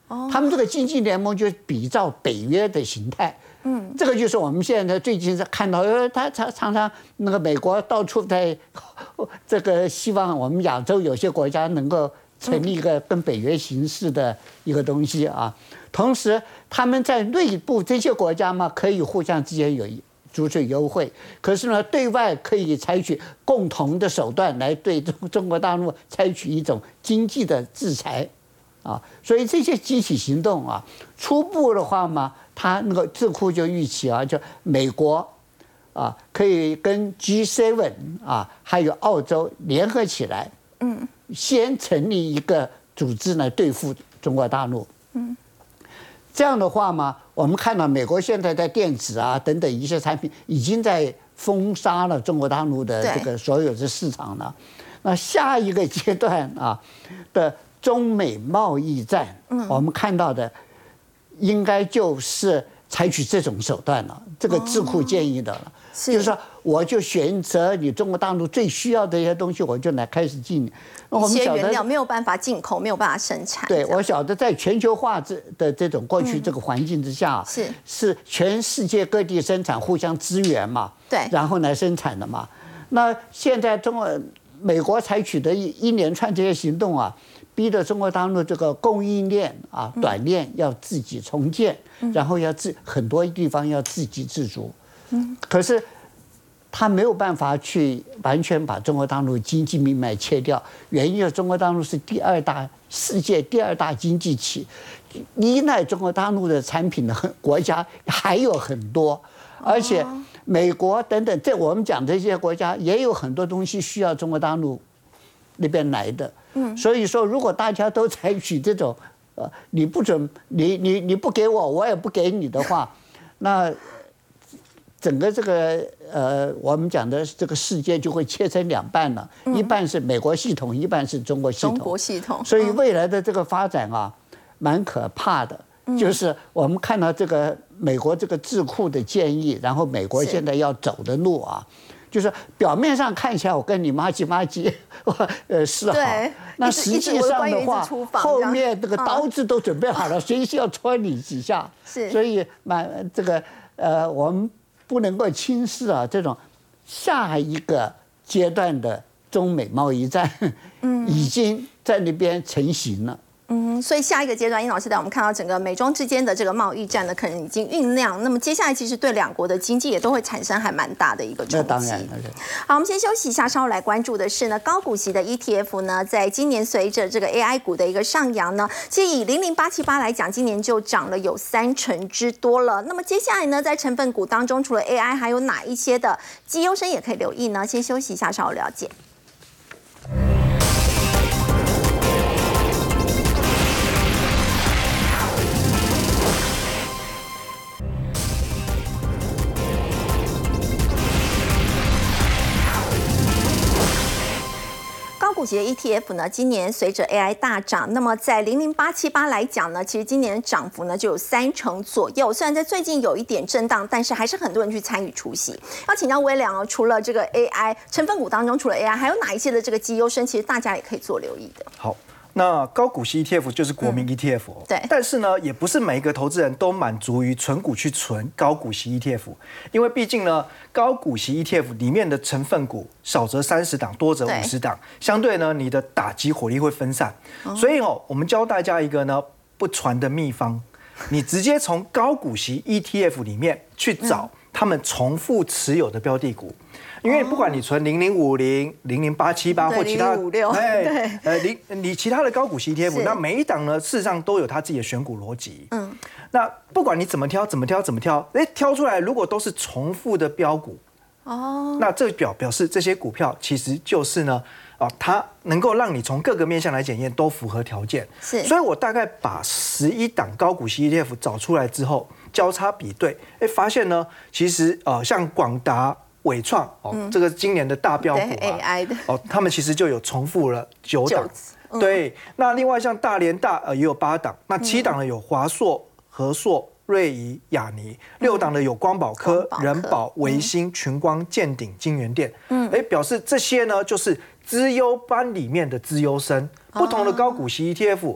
Speaker 5: 他们这个经济联盟就比照北约的形态。这个就是我们现在最近在看到，他常常那个美国到处在这个希望我们亚洲有些国家能够成立一个跟北约形式的一个东西啊。同时，他们在内部这些国家嘛，可以互相之间有租税优惠，可是呢，对外可以采取共同的手段来对中国大陆采取一种经济的制裁。所以这些集体行动啊，初步的话嘛，他那个智库就预期啊，就美国可以跟 G7 还有澳洲联合起来，先成立一个组织来对付中国大陆。这样的话嘛，我们看到美国现在在电子等等一些产品已经在封杀了中国大陆的这个所有的市场了。那下一个阶段的中美贸易战，我们看到的应该就是采取这种手段了。这个智库建议的了，就是说我就选择你中国大陆最需要的一些东西，我就来开始进。
Speaker 1: 一些原料没有办法进口，没有办法生产。
Speaker 5: 对，我晓得在全球化的这种过去这个环境之下，是全世界各地生产互相支援嘛，
Speaker 1: 对，
Speaker 5: 然后来生产的嘛。那现在美国采取的一连串这些行动逼得中国大陆这个供应链短链要自己重建，然后很多地方要自给自足。可是他没有办法去完全把中国大陆经济命脉切掉，原因是中国大陆是世界第二大经济体，依赖中国大陆的产品的国家还有很多，而且美国等等，在我们讲的这些国家也有很多东西需要中国大陆那边来的。所以说，如果大家都采取这种你不准你不给我，我也不给你的话，那整个这个我们讲的这个世界就会切成两半了，一半是美国系统，一半是中国系统。所以未来的这个发展蛮可怕的。就是我们看到这个美国这个智库的建议，然后美国现在要走的路就是表面上看起来我跟你麻吉示好，那实际上的话，后面这个刀子都准备好了，随时要戳你几下。所以这个我们不能够轻视这种下一个阶段的中美贸易战，已经在那边成型了。
Speaker 1: 所以下一个阶段，殷老师带我们看到整个美中之间的这个贸易战呢，可能已经酝酿。那么接下来其实对两国的经济也都会产生还蛮大的一个冲击。
Speaker 5: 那当然了。
Speaker 1: 好，我们先休息一下，稍后来关注的是呢，高股息的 ETF 呢，在今年随着这个 AI 股的一个上扬呢，其实以00878来讲，今年就涨了有30%之多了。那么接下来呢，在成分股当中，除了 AI， 还有哪一些的绩优生也可以留意呢？先休息一下，稍后了解。高股息的 ETF 呢，今年随着 AI 大涨，那么在00878来讲呢，其实今年涨幅呢就有30%左右。虽然在最近有一点震荡，但是还是很多人去参与除息。要请教威廉除了这个 AI 成分股当中，除了 AI， 还有哪一些的这个绩优生，其实大家也可以做留意的。
Speaker 3: 好。那高股息 ETF 就是国民 ETF，
Speaker 1: 对，
Speaker 3: 但是呢，也不是每一个投资人都满足于存股去存高股息 ETF， 因为毕竟呢，高股息 ETF 里面的成分股少则30档，多则50档，相对呢，你的打击火力会分散，所以我们教大家一个呢不传的秘方，你直接从高股息 ETF 里面去找他们重复持有的标的股。因为不管你存0050、00878或其他你其他的高股息 ETF， 那每一档呢，事实上都有它自己的选股逻辑。那不管你怎么挑，挑出来如果都是重复的标股，那这表示这些股票其实就是呢，它能够让你从各个面向来检验都符合条件。所以我大概把11档高股息 ETF 找出来之后，交叉比对，发现呢，其实像广达、伟创这个今年的大标股
Speaker 1: AI 的
Speaker 3: 他们其实就有重复了9档。对，那另外像大联大也有8档，那7档呢有华硕、和硕、瑞仪、亚尼，6档的有光宝科、人保、微星、群光、健鼎、金源店。表示这些呢就是资优班里面的资优生，不同的高股息 ETF。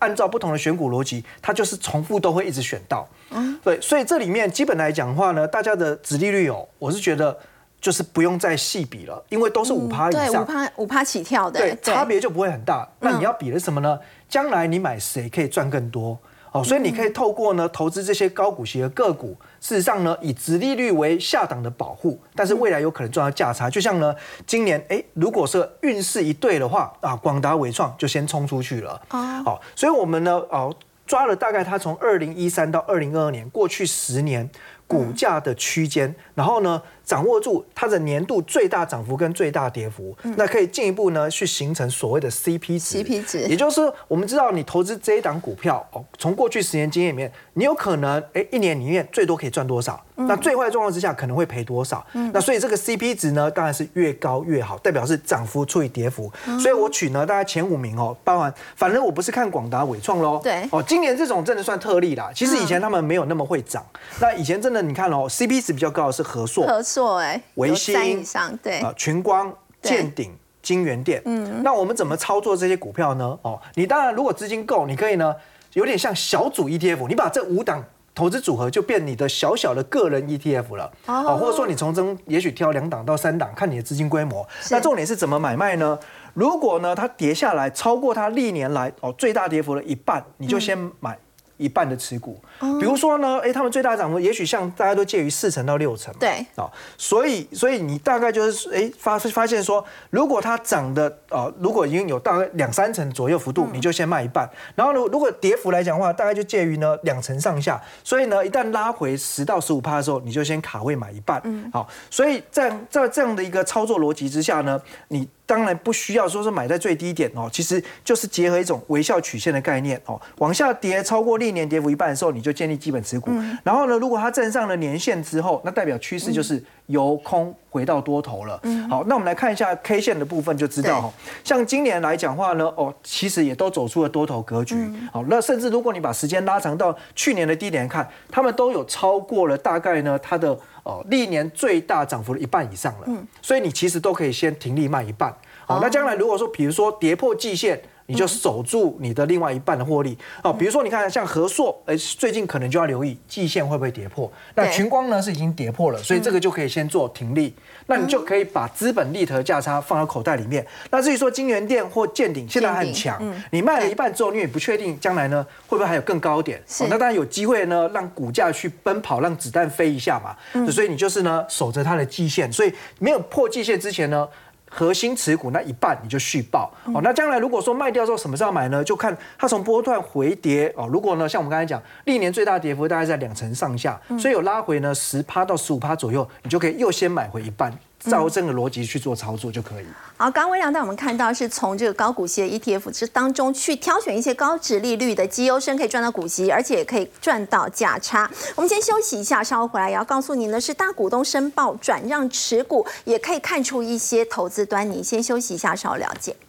Speaker 3: 按照不同的选股逻辑，它就是重复都会一直选到。对，所以这里面基本来讲的话呢，大家的殖利率我是觉得就是不用再细比了，因为都是5%以上，
Speaker 1: 对，5%起跳的，
Speaker 3: 对，差别就不会很大。那你要比的是什么呢？将来你买谁可以赚更多？所以你可以透过呢投资这些高股息的个股，事实上呢以殖利率为下档的保护，但是未来有可能赚到价差。就像呢今年如果是运势一对的话广达、伟创就先冲出去了。所以我们呢抓了大概它从2013到2022年过去10年股价的区间，然后呢掌握住它的年度最大涨幅跟最大跌幅，那可以进一步呢去形成所谓的 CP 值。也就是说，我们知道你投资这一档股票从过去10年经验里面，你有可能1年里面最多可以赚多少？那最坏的状况之下可能会赔多少？那所以这个 CP 值呢，当然是越高越好，代表是涨幅除以跌幅。所以我取呢大概前5名包含，反正我不是看广达、伟创咯。
Speaker 1: 对。
Speaker 3: 今年这种真的算特例啦。其实以前他们没有那么会涨。那以前真的你看CP 值比较高的是和硕、微星
Speaker 1: 以上，对，
Speaker 3: 群光、健鼎、金源店。那我们怎么操作这些股票呢？你当然如果资金够，你可以呢有点像小组 ETF， 你把这5档投资组合就变你的小小的个人 ETF 了。或者说你从中也许挑2档到3档，看你的资金规模。那重点是怎么买卖呢？如果呢它跌下来超过它历年来最大跌幅的1半，你就先买1半的持股。比如说呢，他们最大涨幅也许像大家都介于4%到6%。
Speaker 1: 对。
Speaker 3: 所以你大概就是发现说，如果它涨的如果已经有大概2-3成左右幅度，你就先卖1半。然后如果跌幅来讲的话，大概就介于呢2成上下。所以呢，一旦拉回10到15%的时候，你就先卡位买1半。所以在这样的一个操作逻辑之下呢，你当然不需要说是买在最低点其实就是结合一种微笑曲线的概念往下跌超过历年跌幅1半的时候，你就建立基本持股。然后呢，如果它站上了年线之后，那代表趋势就是由空回到多头了。好，那我们来看一下 K 线的部分就知道像今年来讲话呢其实也都走出了多头格局。好，那甚至如果你把时间拉长到去年的低点看，他们都有超过了大概呢它的历年最大涨幅的1半以上了。所以你其实都可以先停利卖1半。那将来如果说比如说跌破季线，你就守住你的另外1半的获利。比如说你看像和硕，最近可能就要留意季线会不会跌破。那群光呢是已经跌破了，所以这个就可以先做停利。那你就可以把资本利得价差放到口袋里面。那至于说金源店或健鼎现在很强，你卖了1半之后，你也不确定将来呢会不会还有更高点。那当然有机会呢让股价去奔跑，让子弹飞一下嘛。所以你就是呢守着它的季线，所以没有破季线之前呢，核心持股那1半你就续报。那将来如果说卖掉之后什么时候买呢？就看它从波段回跌如果呢像我们刚才讲，历年最大跌幅大概在2成上下，所以有拉回呢10%到15%左右，你就可以又先买回1半。照这个逻辑去做操作就可以。
Speaker 1: 好，刚刚威良带我们看到是从这个高股息的 ETF 这当中去挑选一些高殖利率的绩优生，可以赚到股息，而且也可以赚到价差。我们先休息一下，稍后回来也要告诉您的是，大股东申报转让持股也可以看出一些投资端倪。先休息一下，稍后了解。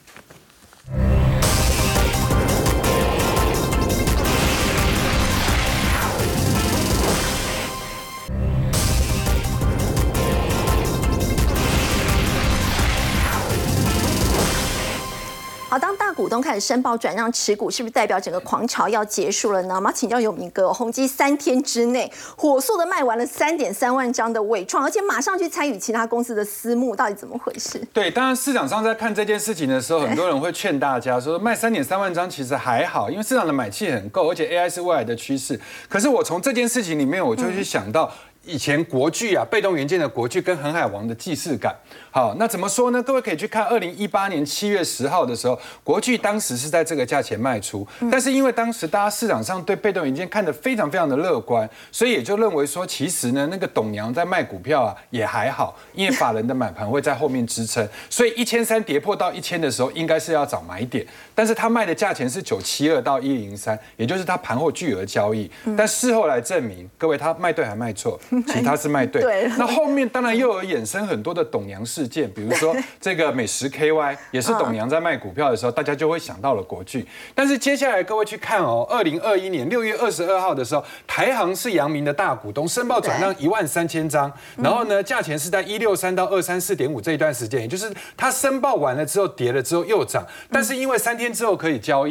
Speaker 1: 好，当大股东开始申报转让持股，是不是代表整个狂潮要结束了呢？我们要请教有明哥，宏基3天之内火速的卖完了3.3万张的伟创，而且马上去参与其他公司的私募，到底怎么回事？
Speaker 4: 对，当然市场上在看这件事情的时候，很多人会劝大家说，卖3.3万张其实还好，因为市场的买气很够，而且 AI 是未来的趋势。可是我从这件事情里面，我就去想到。以前国巨被动元件的国巨跟航海王的既视感。好，那怎么说呢？各位可以去看2018年7月10号的时候，国巨当时是在这个价钱卖出，但是因为当时大家市场上对被动元件看得非常非常的乐观，所以也就认为说，其实呢那个董娘在卖股票也还好，因为法人的买盘会在后面支撑，所以1300跌破到1000的时候，应该是要找买点，但是他卖的价钱是972到103，也就是他盘后巨额交易，但事后来证明，各位他卖对还卖错。其实他是卖对，那后面当然又有衍生很多的董娘事件，比如说这个美食 KY 也是董娘在卖股票的时候，大家就会想到了国巨。但是接下来各位去看2021年6月22号的时候，台航是阳明的大股东，申报转让13000张，然后呢价钱是在163到234.5这一段时间，也就是他申报完了之后跌了之后又涨，但是因为3天之后可以交易。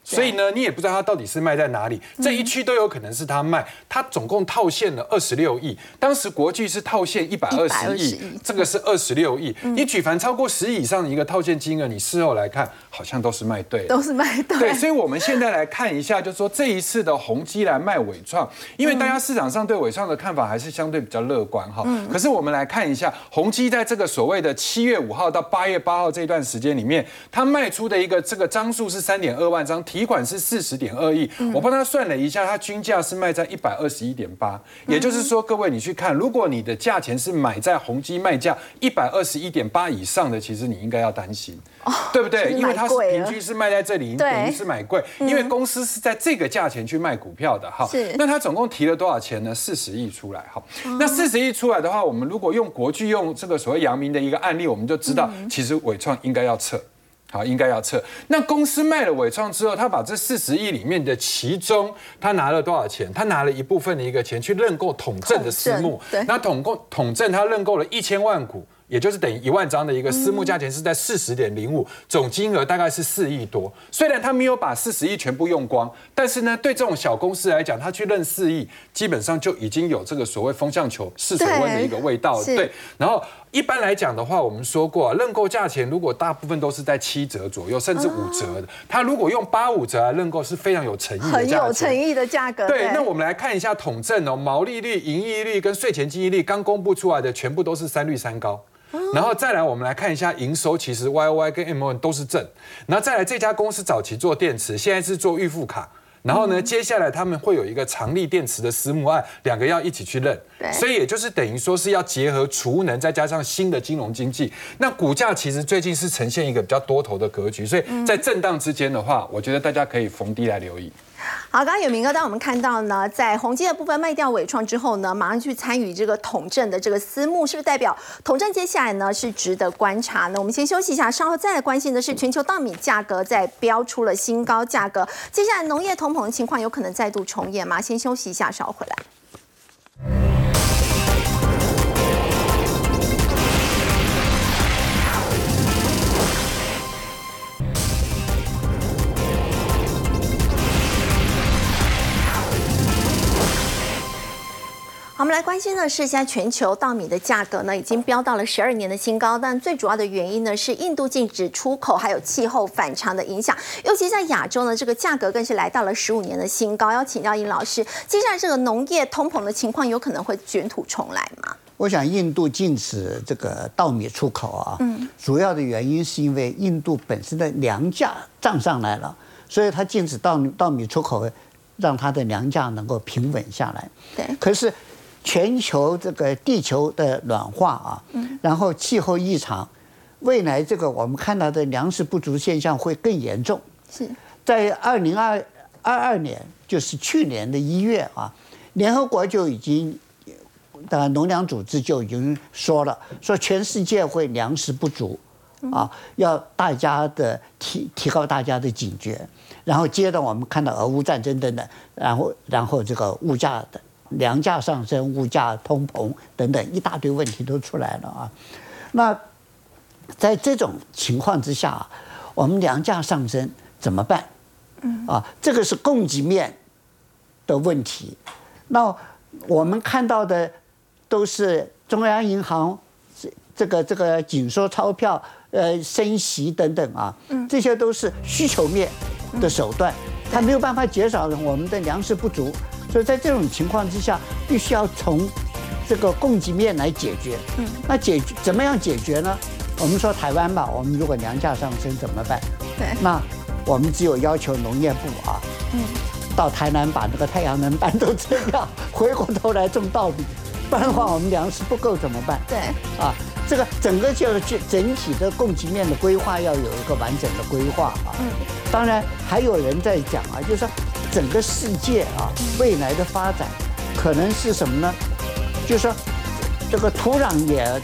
Speaker 4: 所以呢，你也不知道它到底是卖在哪里，这一区都有可能是他卖。他总共套现了26亿，当时国巨是套现120亿，这个是26亿。你举凡超过10亿以上的一个套现金额，你事后来看，好像都是卖对了，
Speaker 1: 都是卖对。
Speaker 4: 对，所以我们现在来看一下，就是说这一次的宏基来卖伟创，因为大家市场上对伟创的看法还是相对比较乐观哈。可是我们来看一下宏基在这个所谓的7月5号到8月8号这段时间里面，它卖出的一个这个张数是3.2万张，提款是40.2亿。我帮他算了一下，它均价是卖在121.8，也就是说，各位你去看，如果你的价钱是买在宏基卖价121.8以上的，其实你应该要担心，对不对？因为它是平均是卖在这里，等于是买贵，因为公司是在这个价钱去卖股票的哈。那它总共提了多少钱呢？40亿出来哈。那40亿出来的话，我们如果用国巨用这个所谓阳明的一个案例，我们就知道，其实伟创应该要撤。好，应该要撤。那公司卖了伟创之后，他把这40亿里面的其中，他拿了多少钱？他拿了一部分的一个钱去认购统正的私募。那统正他认购了1000万股，也就是等于1万张的一个私募，价钱是在40.05，总金额大概是4亿多。虽然他没有把40亿全部用光，但是呢，对这种小公司来讲，他去认4亿，基本上就已经有这个所谓风向球试水温的一个味道了。对，然后。一般来讲的话，我们说过，认购价钱如果大部分都是在7折左右，甚至5折的，它如果用85折来认购，是非常有诚意的价钱，
Speaker 1: 很有诚意的价格。
Speaker 4: 对，那我们来看一下统正哦，毛利率、盈利率跟税前净利率刚公布出来的，全部都是3率3高。然后再来，我们来看一下营收，其实 YOY 跟 MON 都是正。然后再来，这家公司早期做电池，现在是做预付卡。然后呢，接下来他们会有一个长力电池的私募案，2个要一起去认，所以也就是等于说是要结合储能，再加上新的金融经济。那股价其实最近是呈现一个比较多头的格局，所以在震荡之间的话，我觉得大家可以逢低来留意。
Speaker 1: 好，刚刚有明哥，当我们看到呢，在宏基的部分卖掉伟创之后呢，马上去参与这个统正的这个私募，是不是代表统正接下来呢是值得观察呢？我们先休息一下，稍后再来关心的是全球稻米价格在飙出了新高价格，接下来农业通膨的情况有可能再度重演吗？先休息一下，稍后回来。好，我们来关心的是，现在全球稻米的价格呢，已经飙到了12年的新高。但最主要的原因呢，是印度禁止出口，还有气候反常的影响。尤其在亚洲呢，这个价格更是来到了15年的新高。要请教殷老师，接下来这个农业通膨的情况，有可能会卷土重来吗？
Speaker 5: 我想，印度禁止这个稻米出口啊，主要的原因是因为印度本身的粮价涨上来了，所以它禁止稻米出口，让它的粮价能够平稳下来。
Speaker 1: 对，
Speaker 5: 可是。全球这个地球的暖化啊，然后气候异常，未来这个我们看到的粮食不足现象会更严重。
Speaker 1: 是
Speaker 5: 在2022年，就是去年的1月啊，联合国就已经农粮组织就已经说了，说全世界会粮食不足啊，要大家的提高大家的警觉。然后接着我们看到俄乌战争等等，然后这个物价的。粮价上升、物价通膨等等一大堆问题都出来了啊。那在这种情况之下，我们粮价上升怎么办？这个是供给面的问题。那我们看到的都是中央银行这个紧缩钞票、升息等等啊，这些都是需求面的手段，它没有办法减少我们的粮食不足。所以在这种情况之下，必须要从这个供给面来解决。那怎么样解决呢？我们说台湾吧，我们如果粮价上升怎么办？
Speaker 1: 对，
Speaker 5: 那我们只有要求农业部啊，到台南把那个太阳能板都拆掉，回过头来种稻米，不然的话我们粮食不够怎么办？
Speaker 1: 对，
Speaker 5: 这个整个就是整体的供给面的规划要有一个完整的规划啊。当然还有人在讲啊，就是说。整个世界啊，未来的发展可能是什么呢？就是说，这个土壤也